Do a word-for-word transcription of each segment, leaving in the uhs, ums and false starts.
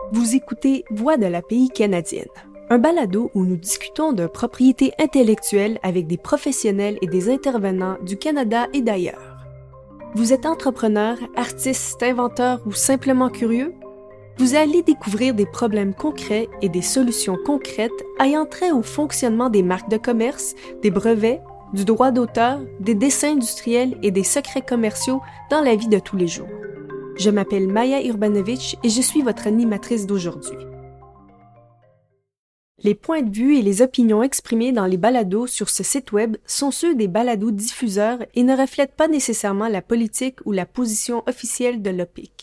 Vous écoutez Voix de la P I canadienne, un balado où nous discutons de propriété intellectuelle avec des professionnels et des intervenants du Canada et d'ailleurs. Vous êtes entrepreneur, artiste, inventeur ou simplement curieux? Vous allez découvrir des problèmes concrets et des solutions concrètes ayant trait au fonctionnement des marques de commerce, des brevets, du droit d'auteur, des dessins industriels et des secrets commerciaux dans la vie de tous les jours. Je m'appelle Maya Urbanovic et je suis votre animatrice d'aujourd'hui. Les points de vue et les opinions exprimées dans les balados sur ce site web sont ceux des balados diffuseurs et ne reflètent pas nécessairement la politique ou la position officielle de l'O P I C.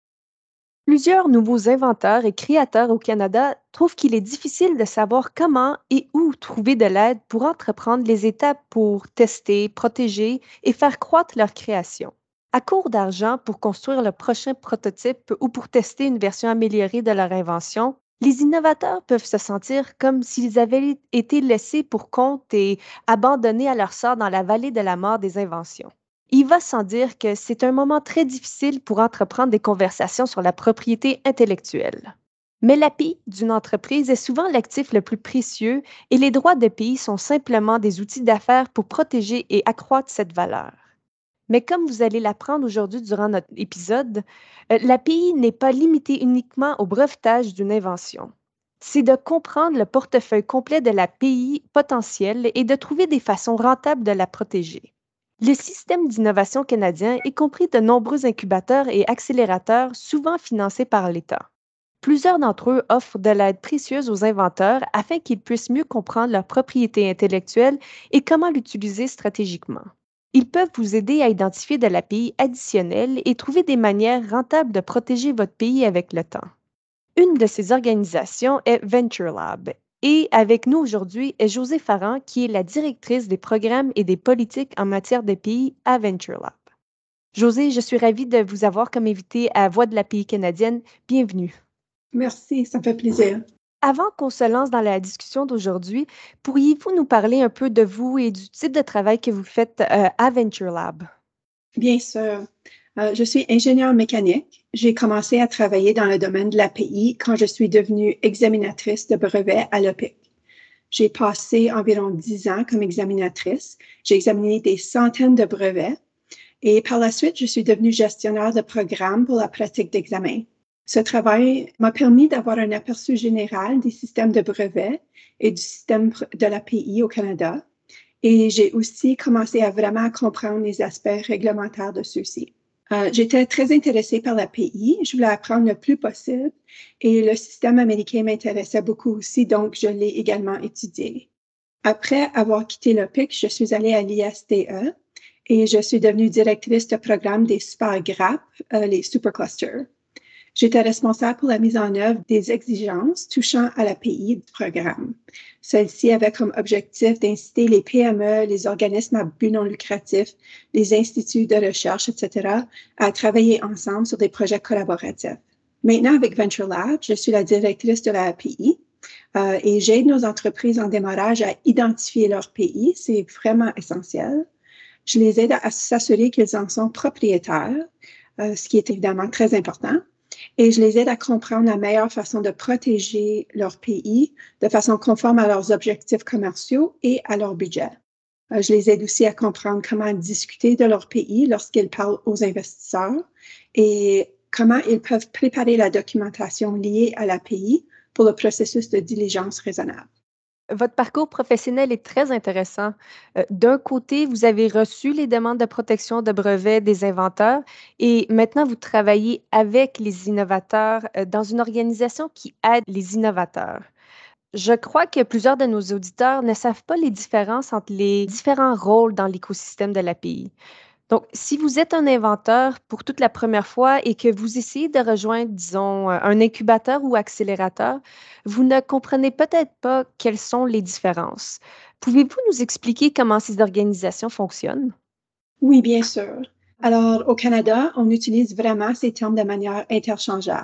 Plusieurs nouveaux inventeurs et créateurs au Canada trouvent qu'il est difficile de savoir comment et où trouver de l'aide pour entreprendre les étapes pour tester, protéger et faire croître leur création. À court d'argent pour construire le prochain prototype ou pour tester une version améliorée de leur invention, les innovateurs peuvent se sentir comme s'ils avaient été laissés pour compte et abandonnés à leur sort dans la vallée de la mort des inventions. Il va sans dire que c'est un moment très difficile pour entreprendre des conversations sur la propriété intellectuelle. Mais l'A P I d'une entreprise est souvent l'actif le plus précieux et les droits de pays sont simplement des outils d'affaires pour protéger et accroître cette valeur. Mais comme vous allez l'apprendre aujourd'hui durant notre épisode, euh, l'A P I n'est pas limitée uniquement au brevetage d'une invention. C'est de comprendre le portefeuille complet de l'A P I potentielle et de trouver des façons rentables de la protéger. Le système d'innovation canadien est compris de nombreux incubateurs et accélérateurs souvent financés par l'État. Plusieurs d'entre eux offrent de l'aide précieuse aux inventeurs afin qu'ils puissent mieux comprendre leur propriété intellectuelle et comment l'utiliser stratégiquement. Ils peuvent vous aider à identifier de l'A P I additionnelle et trouver des manières rentables de protéger votre pays avec le temps. Une de ces organisations est Venture Lab. Et avec nous aujourd'hui est Josée Farran, qui est la directrice des programmes et des politiques en matière de P I à Venture Lab. Josée, je suis ravie de vous avoir comme invitée à Voix de la P I canadienne. Bienvenue. Merci, ça me fait plaisir. Avant qu'on se lance dans la discussion d'aujourd'hui, pourriez-vous nous parler un peu de vous et du type de travail que vous faites euh, à Venture Lab? Bien sûr. Euh, je suis ingénieure mécanique. J'ai commencé à travailler dans le domaine de l'A P I quand je suis devenue examinatrice de brevets à l'O P I C. J'ai passé environ dix ans comme examinatrice. J'ai examiné des centaines de brevets et par la suite, je suis devenue gestionnaire de programme pour la pratique d'examen. Ce travail m'a permis d'avoir un aperçu général des systèmes de brevets et du système de l'A P I au Canada. Et j'ai aussi commencé à vraiment comprendre les aspects réglementaires de ceux-ci. Euh, j'étais très intéressée par l'A P I. Je voulais apprendre le plus possible et le système américain m'intéressait beaucoup aussi, donc je l'ai également étudié. Après avoir quitté l'O P I C, je suis allée à l'I S T E et je suis devenue directrice de programme des super grappes, euh, les superclusters. J'étais responsable pour la mise en œuvre des exigences touchant à l'A P I du programme. Celle-ci avait comme objectif d'inciter les P M E, les organismes à but non lucratif, les instituts de recherche, et cetera, à travailler ensemble sur des projets collaboratifs. Maintenant, avec Venture Lab, je suis la directrice de la A P I euh, et j'aide nos entreprises en démarrage à identifier leur P I. C'est vraiment essentiel. Je les aide à s'assurer qu'ils en sont propriétaires, euh, ce qui est évidemment très important. Et je les aide à comprendre la meilleure façon de protéger leur P I de façon conforme à leurs objectifs commerciaux et à leur budget. Je les aide aussi à comprendre comment discuter de leur P I lorsqu'ils parlent aux investisseurs et comment ils peuvent préparer la documentation liée à la P I pour le processus de diligence raisonnable. Votre parcours professionnel est très intéressant. Euh, d'un côté, vous avez reçu les demandes de protection de brevets des inventeurs et maintenant vous travaillez avec les innovateurs euh, dans une organisation qui aide les innovateurs. Je crois que plusieurs de nos auditeurs ne savent pas les différences entre les différents rôles dans l'écosystème de l'A P I. Donc, si vous êtes un inventeur pour toute la première fois et que vous essayez de rejoindre, disons, euh, un incubateur ou accélérateur, vous ne comprenez peut-être pas quelles sont les différences. Pouvez-vous nous expliquer comment ces organisations fonctionnent? Oui, bien sûr. Alors, au Canada, on utilise vraiment ces termes de manière interchangeable.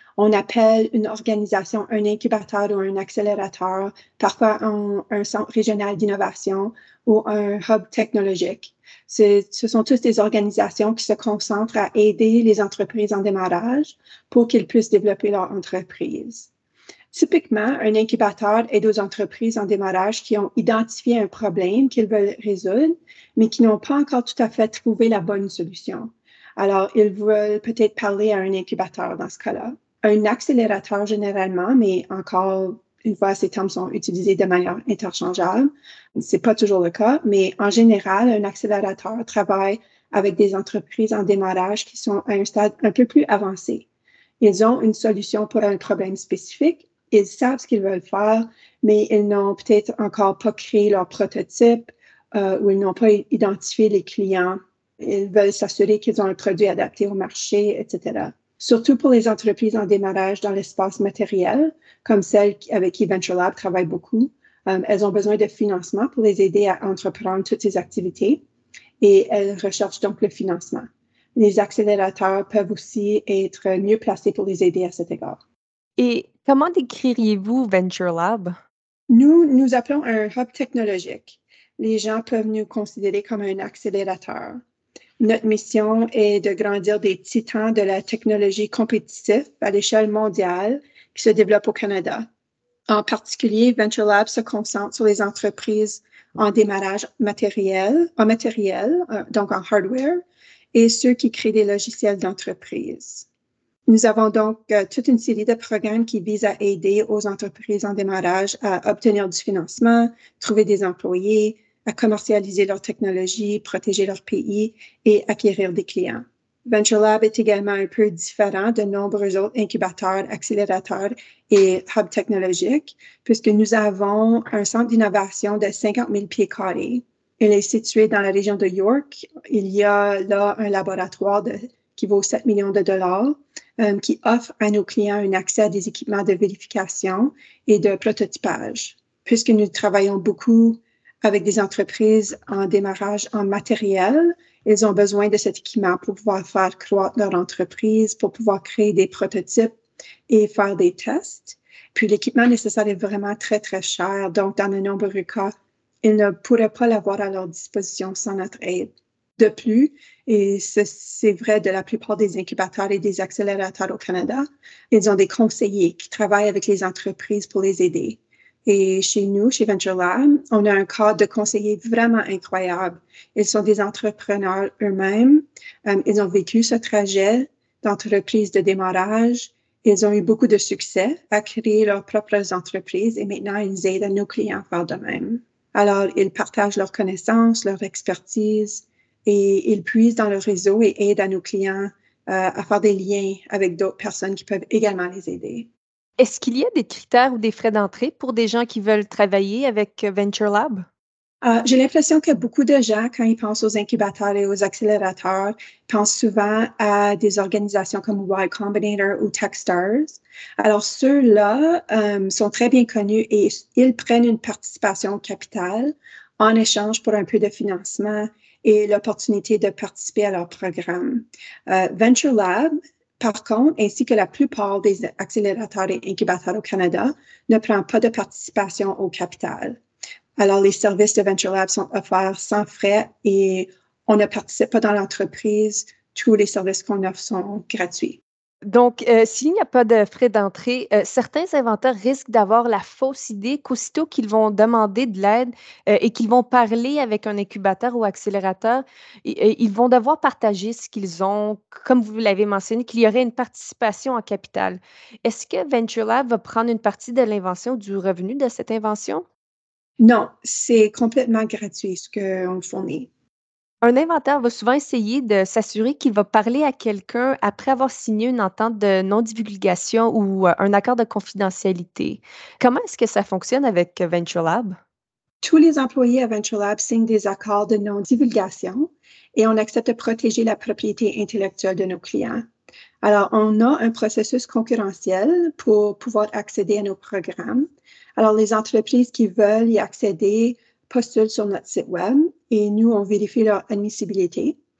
On appelle une organisation un incubateur ou un accélérateur, parfois un, un centre régional d'innovation ou un hub technologique. C'est, ce sont toutes des organisations qui se concentrent à aider les entreprises en démarrage pour qu'ils puissent développer leur entreprise. Typiquement, un incubateur aide aux entreprises en démarrage qui ont identifié un problème qu'ils veulent résoudre, mais qui n'ont pas encore tout à fait trouvé la bonne solution. Alors, ils veulent peut-être parler à un incubateur dans ce cas-là. Un accélérateur généralement, mais encore une fois, ces termes sont utilisés de manière interchangeable. C'est pas toujours le cas, mais en général, un accélérateur travaille avec des entreprises en démarrage qui sont à un stade un peu plus avancé. Ils ont une solution pour un problème spécifique. Ils savent ce qu'ils veulent faire, mais ils n'ont peut-être encore pas créé leur prototype euh, ou ils n'ont pas identifié les clients. Ils veulent s'assurer qu'ils ont un produit adapté au marché, et cetera. Surtout pour les entreprises en démarrage dans l'espace matériel, comme celles avec qui Venture Lab travaille beaucoup. Euh, elles ont besoin de financement pour les aider à entreprendre toutes ces activités et elles recherchent donc le financement. Les accélérateurs peuvent aussi être mieux placés pour les aider à cet égard. Et comment décririez-vous Venture Lab? Nous, nous appelons un hub technologique. Les gens peuvent nous considérer comme un accélérateur. Notre mission est de grandir des titans de la technologie compétitive à l'échelle mondiale qui se développent au Canada. En particulier, Venture Lab se concentre sur les entreprises en démarrage matériel, en matériel, donc en hardware, et ceux qui créent des logiciels d'entreprise. Nous avons donc euh, toute une série de programmes qui visent à aider aux entreprises en démarrage à obtenir du financement, trouver des employés, à commercialiser leur technologie, protéger leur pays et acquérir des clients. Venture Lab est également un peu différent de nombreux autres incubateurs, accélérateurs et hubs technologiques, puisque nous avons un centre d'innovation de cinquante mille pieds carrés. Il est situé dans la région de York. Il y a là un laboratoire de, qui vaut sept millions de dollars, euh, qui offre à nos clients un accès à des équipements de vérification et de prototypage. Puisque nous travaillons beaucoup avec des entreprises en démarrage en matériel, ils ont besoin de cet équipement pour pouvoir faire croître leur entreprise, pour pouvoir créer des prototypes et faire des tests. Puis l'équipement nécessaire est vraiment très, très cher. Donc, dans de nombreux cas, ils ne pourraient pas l'avoir à leur disposition sans notre aide. De plus, et c'est vrai de la plupart des incubateurs et des accélérateurs au Canada, ils ont des conseillers qui travaillent avec les entreprises pour les aider. Et chez nous, chez Venture Lab, on a un cadre de conseillers vraiment incroyable. Ils sont des entrepreneurs eux-mêmes. Um, ils ont vécu ce trajet d'entreprise de démarrage. Ils ont eu beaucoup de succès à créer leurs propres entreprises et maintenant, ils aident nos clients à faire de même. Alors, ils partagent leurs connaissances, leur expertise et ils puisent dans leur réseau et aident à nos clients euh, à faire des liens avec d'autres personnes qui peuvent également les aider. Est-ce qu'il y a des critères ou des frais d'entrée pour des gens qui veulent travailler avec Venture Lab? Uh, j'ai l'impression que beaucoup de gens, quand ils pensent aux incubateurs et aux accélérateurs, pensent souvent à des organisations comme Y Combinator ou Techstars. Alors, ceux-là um, sont très bien connus et ils prennent une participation au capital en échange pour un peu de financement et l'opportunité de participer à leur programme. Uh, Venture Lab, par contre, ainsi que la plupart des accélérateurs et incubateurs au Canada, ne prend pas de participation au capital. Alors, les services de Venture Lab sont offerts sans frais et on ne participe pas dans l'entreprise. Tous les services qu'on offre sont gratuits. Donc, euh, s'il n'y a pas de frais d'entrée, euh, certains inventeurs risquent d'avoir la fausse idée qu'aussitôt qu'ils vont demander de l'aide euh, et qu'ils vont parler avec un incubateur ou accélérateur, et, et ils vont devoir partager ce qu'ils ont, comme vous l'avez mentionné, qu'il y aurait une participation en capital. Est-ce que Venture Lab va prendre une partie de l'invention ou du revenu de cette invention? Non, c'est complètement gratuit ce qu'on fournit. Un inventeur va souvent essayer de s'assurer qu'il va parler à quelqu'un après avoir signé une entente de non-divulgation ou euh, un accord de confidentialité. Comment est-ce que ça fonctionne avec Venture Lab? Tous les employés à Venture Lab signent des accords de non-divulgation et on accepte de protéger la propriété intellectuelle de nos clients. Alors, on a un processus concurrentiel pour pouvoir accéder à nos programmes. Alors, les entreprises qui veulent y accéder postulent sur notre site web et nous, on vérifie leur admissibilité.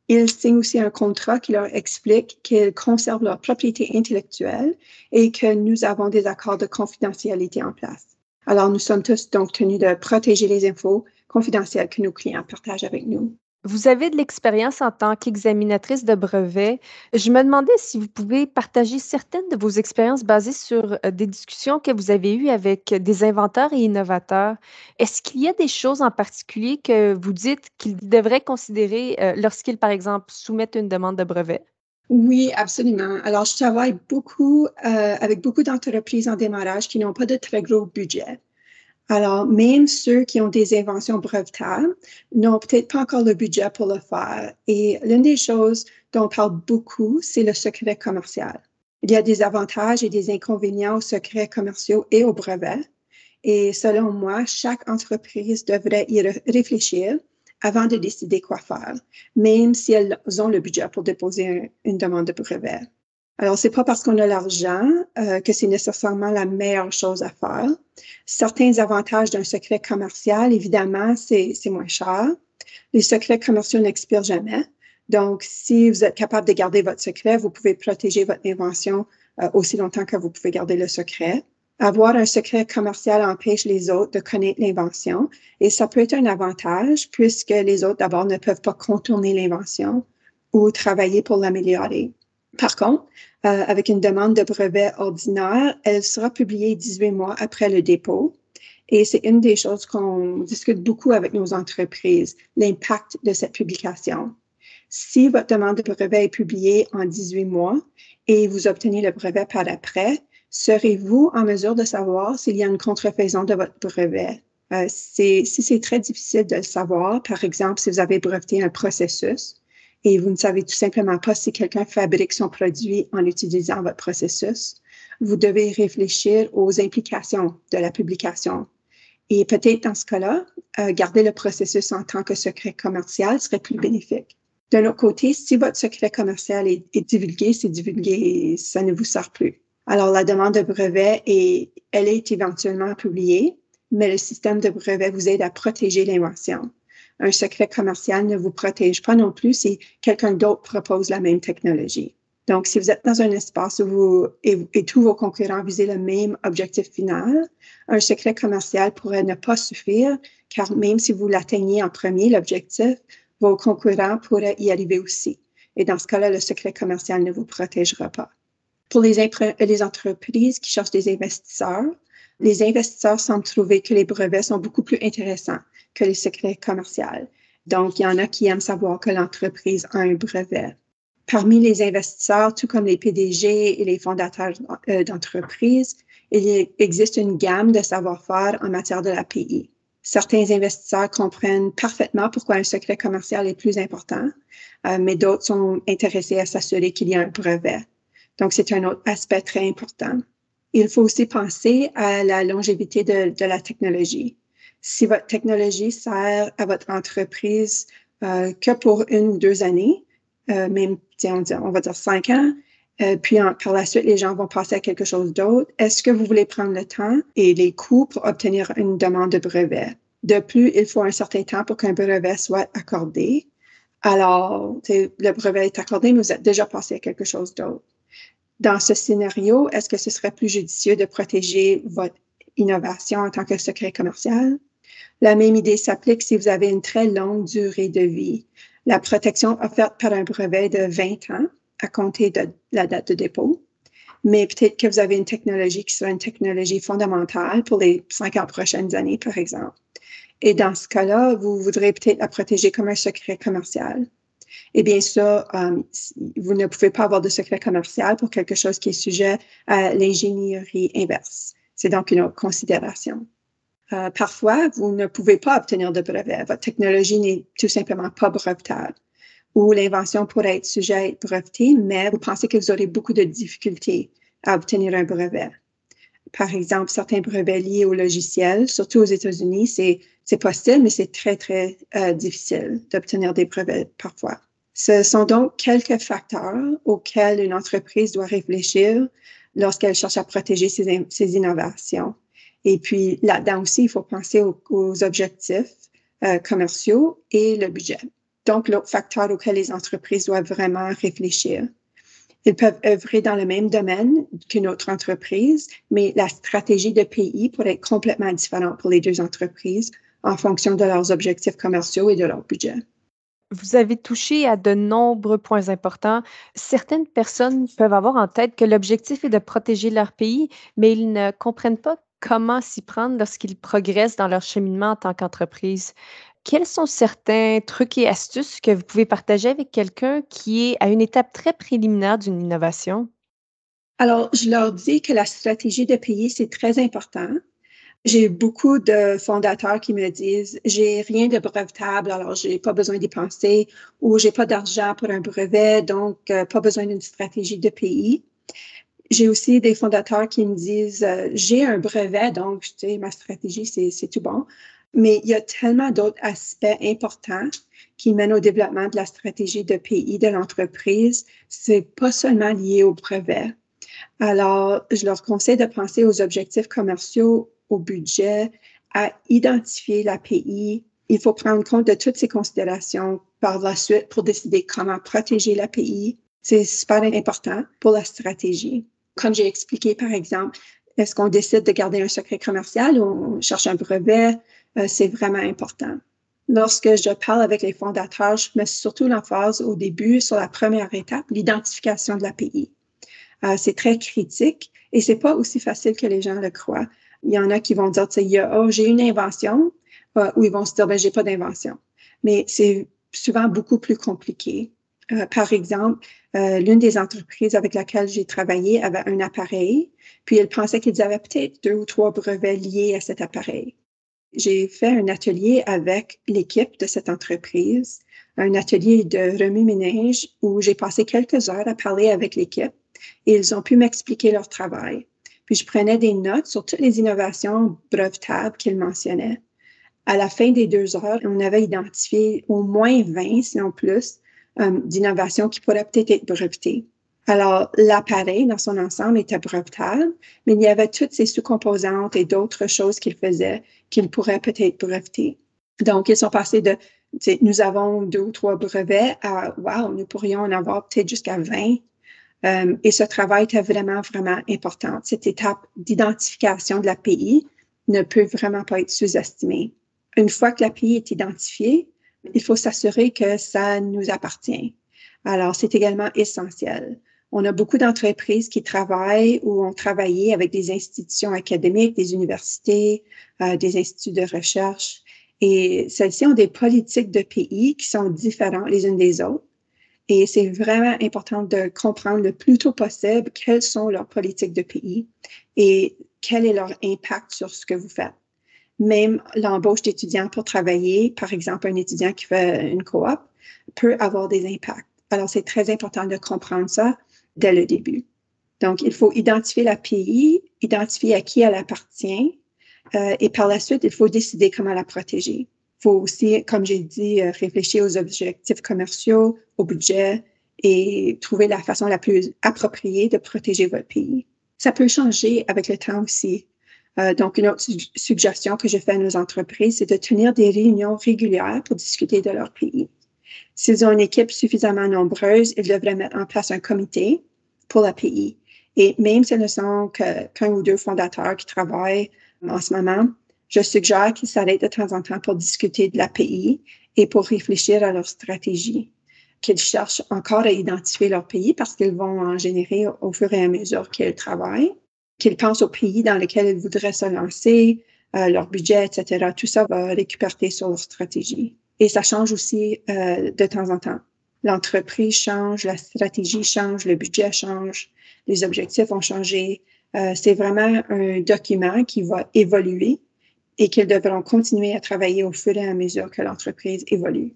Ils signent aussi un contrat qui leur explique qu'ils conservent leur propriété intellectuelle et que nous avons des accords de confidentialité en place. Alors, nous sommes tous donc tenus de protéger les infos confidentielles que nos clients partagent avec nous. Vous avez de l'expérience en tant qu'examinatrice de brevets. Je me demandais si vous pouvez partager certaines de vos expériences basées sur euh, des discussions que vous avez eues avec des inventeurs et innovateurs. Est-ce qu'il y a des choses en particulier que vous dites qu'ils devraient considérer euh, lorsqu'ils, par exemple, soumettent une demande de brevet? Oui, absolument. Alors, je travaille beaucoup euh, avec beaucoup d'entreprises en démarrage qui n'ont pas de très gros budget. Alors, même ceux qui ont des inventions brevetables n'ont peut-être pas encore le budget pour le faire. Et l'une des choses dont on parle beaucoup, c'est le secret commercial. Il y a des avantages et des inconvénients aux secrets commerciaux et aux brevets. Et selon moi, chaque entreprise devrait y réfléchir avant de décider quoi faire, même si elles ont le budget pour déposer un, une demande de brevet. Alors, c'est pas parce qu'on a l'argent euh, que c'est nécessairement la meilleure chose à faire. Certains avantages d'un secret commercial, évidemment, c'est, c'est moins cher. Les secrets commerciaux n'expirent jamais. Donc, si vous êtes capable de garder votre secret, vous pouvez protéger votre invention euh, aussi longtemps que vous pouvez garder le secret. Avoir un secret commercial empêche les autres de connaître l'invention et ça peut être un avantage puisque les autres, d'abord, ne peuvent pas contourner l'invention ou travailler pour l'améliorer. Par contre, euh, avec une demande de brevet ordinaire, elle sera publiée dix-huit mois après le dépôt. Et c'est une des choses qu'on discute beaucoup avec nos entreprises, l'impact de cette publication. Si votre demande de brevet est publiée en dix-huit mois et vous obtenez le brevet par après, serez-vous en mesure de savoir s'il y a une contrefaçon de votre brevet? Euh, c'est, si c'est très difficile de le savoir, par exemple, si vous avez breveté un processus, et vous ne savez tout simplement pas si quelqu'un fabrique son produit en utilisant votre processus, vous devez réfléchir aux implications de la publication. Et peut-être dans ce cas-là, euh, garder le processus en tant que secret commercial serait plus bénéfique. D'un autre côté, si votre secret commercial est, est divulgué, c'est divulgué et ça ne vous sert plus. Alors, la demande de brevet, est, elle est éventuellement publiée, mais le système de brevet vous aide à protéger l'invention. Un secret commercial ne vous protège pas non plus si quelqu'un d'autre propose la même technologie. Donc, si vous êtes dans un espace où vous et, et tous vos concurrents visent le même objectif final, un secret commercial pourrait ne pas suffire, car même si vous l'atteignez en premier, l'objectif, vos concurrents pourraient y arriver aussi. Et dans ce cas-là, le secret commercial ne vous protégera pas. Pour les, impre- les entreprises qui cherchent des investisseurs, les investisseurs semblent trouver que les brevets sont beaucoup plus intéressants que les secrets commerciaux. Donc, il y en a qui aiment savoir que l'entreprise a un brevet. Parmi les investisseurs, tout comme les P D G et les fondateurs euh, d'entreprises, il existe une gamme de savoir-faire en matière de l'A P I. Certains investisseurs comprennent parfaitement pourquoi un secret commercial est plus important, euh, mais d'autres sont intéressés à s'assurer qu'il y a un brevet. Donc, c'est un autre aspect très important. Il faut aussi penser à la longévité de, de la technologie. Si votre technologie sert à votre entreprise euh, que pour une ou deux années, euh, même, on, dit, on va dire cinq ans, euh, puis en, par la suite, les gens vont passer à quelque chose d'autre, est-ce que vous voulez prendre le temps et les coûts pour obtenir une demande de brevet? De plus, il faut un certain temps pour qu'un brevet soit accordé. Alors, le brevet est accordé, mais vous êtes déjà passé à quelque chose d'autre. Dans ce scénario, est-ce que ce serait plus judicieux de protéger votre innovation en tant que secret commercial? La même idée s'applique si vous avez une très longue durée de vie. La protection offerte par un brevet de vingt ans à compter de la date de dépôt, mais peut-être que vous avez une technologie qui sera une technologie fondamentale pour les cinquante prochaines années, par exemple. Et dans ce cas-là, vous voudrez peut-être la protéger comme un secret commercial. Eh bien, ça, um, vous ne pouvez pas avoir de secret commercial pour quelque chose qui est sujet à l'ingénierie inverse. C'est donc une autre considération. Euh, parfois, vous ne pouvez pas obtenir de brevet. Votre technologie n'est tout simplement pas brevetable. Ou l'invention pourrait être sujet à être brevetée, mais vous pensez que vous aurez beaucoup de difficultés à obtenir un brevet. Par exemple, certains brevets liés au logiciel, surtout aux États-Unis, c'est, c'est possible, mais c'est très, très euh, difficile d'obtenir des brevets parfois. Ce sont donc quelques facteurs auxquels une entreprise doit réfléchir lorsqu'elle cherche à protéger ses, ses innovations. Et puis, là-dedans aussi, il faut penser aux, aux objectifs euh, commerciaux et le budget. Donc, l'autre facteur auquel les entreprises doivent vraiment réfléchir. Ils peuvent œuvrer dans le même domaine qu'une autre entreprise, mais la stratégie de pays pourrait être complètement différente pour les deux entreprises en fonction de leurs objectifs commerciaux et de leur budget. Vous avez touché à de nombreux points importants. Certaines personnes peuvent avoir en tête que l'objectif est de protéger leur pays, mais ils ne comprennent pas comment s'y prendre lorsqu'ils progressent dans leur cheminement en tant qu'entreprise. Quels sont certains trucs et astuces que vous pouvez partager avec quelqu'un qui est à une étape très préliminaire d'une innovation? Alors, je leur dis que la stratégie de pays, c'est très important. J'ai beaucoup de fondateurs qui me disent, j'ai rien de brevetable, alors j'ai pas besoin d'y penser, ou j'ai pas d'argent pour un brevet, donc euh, pas besoin d'une stratégie de pays. J'ai aussi des fondateurs qui me disent, euh, j'ai un brevet, donc tu sais, ma stratégie, c'est, c'est tout bon. Mais il y a tellement d'autres aspects importants qui mènent au développement de la stratégie de pays de l'entreprise. C'est pas seulement lié au brevet. Alors, je leur conseille de penser aux objectifs commerciaux, au budget, à identifier l'A P I. Il faut prendre compte de toutes ces considérations par la suite pour décider comment protéger l'A P I. C'est super important pour la stratégie. Comme j'ai expliqué, par exemple, est-ce qu'on décide de garder un secret commercial ou on cherche un brevet? Euh, c'est vraiment important. Lorsque je parle avec les fondateurs, je mets surtout l'emphase au début sur la première étape, l'identification de l'A P I. Euh, c'est très critique et c'est pas aussi facile que les gens le croient. Il y en a qui vont dire, tu sais, oh, j'ai une invention, euh, ou ils vont se dire, ben, j'ai pas d'invention. Mais c'est souvent beaucoup plus compliqué. Euh, par exemple, euh, l'une des entreprises avec laquelle j'ai travaillé avait un appareil, puis ils pensaient qu'ils avaient peut-être deux ou trois brevets liés à cet appareil. J'ai fait un atelier avec l'équipe de cette entreprise, un atelier de remue-ménage où j'ai passé quelques heures à parler avec l'équipe et ils ont pu m'expliquer leur travail. Puis je prenais des notes sur toutes les innovations brevetables qu'ils mentionnaient. À la fin des deux heures, on avait identifié au moins vingt, sinon plus, euh, d'innovations qui pourraient peut-être être brevetées. Alors, l'appareil dans son ensemble était brevetable, mais il y avait toutes ces sous-composantes et d'autres choses qu'il faisait qu'il pourrait peut-être breveter. Donc, ils sont passés de, nous avons deux ou trois brevets à, wow, nous pourrions en avoir peut-être jusqu'à vingt. Euh, et ce travail était vraiment, vraiment important. Cette étape d'identification de l'A P I ne peut vraiment pas être sous-estimée. Une fois que l'A P I est identifiée, il faut s'assurer que ça nous appartient. Alors, c'est également essentiel. On a beaucoup d'entreprises qui travaillent ou ont travaillé avec des institutions académiques, des universités, euh, des instituts de recherche. Et celles-ci ont des politiques de P I qui sont différentes les unes des autres. Et c'est vraiment important de comprendre le plus tôt possible quelles sont leurs politiques de P I et quel est leur impact sur ce que vous faites. Même l'embauche d'étudiants pour travailler, par exemple, un étudiant qui fait une coop, peut avoir des impacts. Alors, c'est très important de comprendre ça dès le début. Donc, il faut identifier la P I, identifier à qui elle appartient, euh, et par la suite, il faut décider comment la protéger. Il faut aussi, comme j'ai dit, réfléchir aux objectifs commerciaux, au budget et trouver la façon la plus appropriée de protéger votre P I. Ça peut changer avec le temps aussi. Euh, donc, une autre su- suggestion que je fais à nos entreprises, c'est de tenir des réunions régulières pour discuter de leur P I. S'ils ont une équipe suffisamment nombreuse, ils devraient mettre en place un comité pour la P I. Et même si ce ne sont que, qu'un ou deux fondateurs qui travaillent en ce moment, je suggère qu'ils s'arrêtent de temps en temps pour discuter de la P I et pour réfléchir à leur stratégie, qu'ils cherchent encore à identifier leur P I parce qu'ils vont en générer au, au fur et à mesure qu'ils travaillent, qu'ils pensent au pays dans lequel ils voudraient se lancer, euh, leur budget, et cetera. Tout ça va récupérer sur leur stratégie. Et ça change aussi euh, de temps en temps. L'entreprise change, la stratégie change, le budget change, les objectifs vont changer. Euh, c'est vraiment un document qui va évoluer et qu'ils devront continuer à travailler au fur et à mesure que l'entreprise évolue.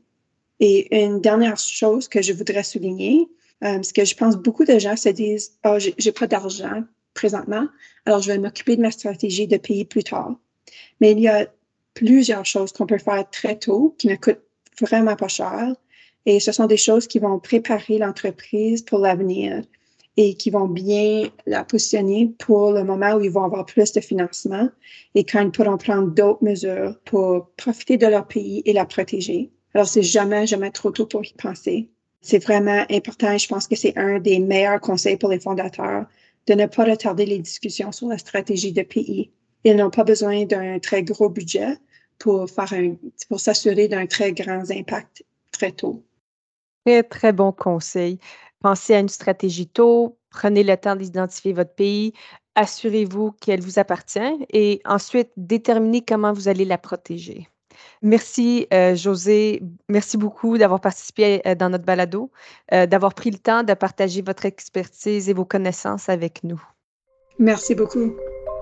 Et une dernière chose que je voudrais souligner, euh, c'est que je pense beaucoup de gens se disent « Ah, oh, j'ai, j'ai pas d'argent présentement, alors je vais m'occuper de ma stratégie de payer plus tard. » Mais il y a plusieurs choses qu'on peut faire très tôt qui ne coûtent vraiment pas cher et ce sont des choses qui vont préparer l'entreprise pour l'avenir et qui vont bien la positionner pour le moment où ils vont avoir plus de financement et quand ils pourront prendre d'autres mesures pour profiter de leur pays et la protéger. Alors, c'est jamais, jamais trop tôt pour y penser. C'est vraiment important et je pense que c'est un des meilleurs conseils pour les fondateurs de ne pas retarder les discussions sur la stratégie de pays. Ils n'ont pas besoin d'un très gros budget pour faire un, pour s'assurer d'un très grand impact très tôt. Très, très bon conseil. Pensez à une stratégie tôt, prenez le temps d'identifier votre pays, assurez-vous qu'elle vous appartient et ensuite déterminez comment vous allez la protéger. Merci, euh, José. Merci beaucoup d'avoir participé euh, dans notre balado, euh, d'avoir pris le temps de partager votre expertise et vos connaissances avec nous. Merci beaucoup.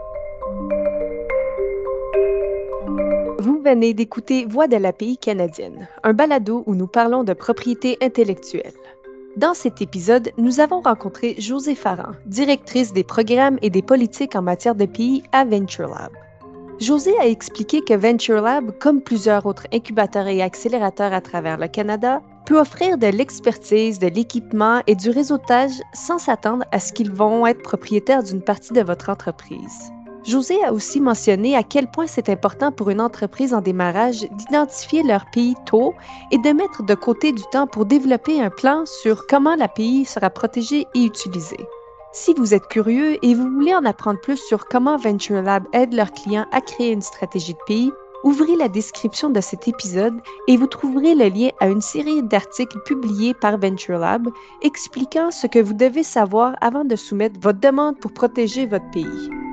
Vous venez d'écouter Voix de la P I canadienne, un balado où nous parlons de propriété intellectuelle. Dans cet épisode, nous avons rencontré José Farran, directrice des programmes et des politiques en matière de P I à Venture Lab. José a expliqué que Venture Lab, comme plusieurs autres incubateurs et accélérateurs à travers le Canada, peut offrir de l'expertise, de l'équipement et du réseautage sans s'attendre à ce qu'ils vont être propriétaires d'une partie de votre entreprise. José a aussi mentionné à quel point c'est important pour une entreprise en démarrage d'identifier leur P I tôt et de mettre de côté du temps pour développer un plan sur comment la P I sera protégée et utilisée. Si vous êtes curieux et vous voulez en apprendre plus sur comment Venture Lab aide leurs clients à créer une stratégie de P I, ouvrez la description de cet épisode et vous trouverez le lien à une série d'articles publiés par Venture Lab expliquant ce que vous devez savoir avant de soumettre votre demande pour protéger votre P I.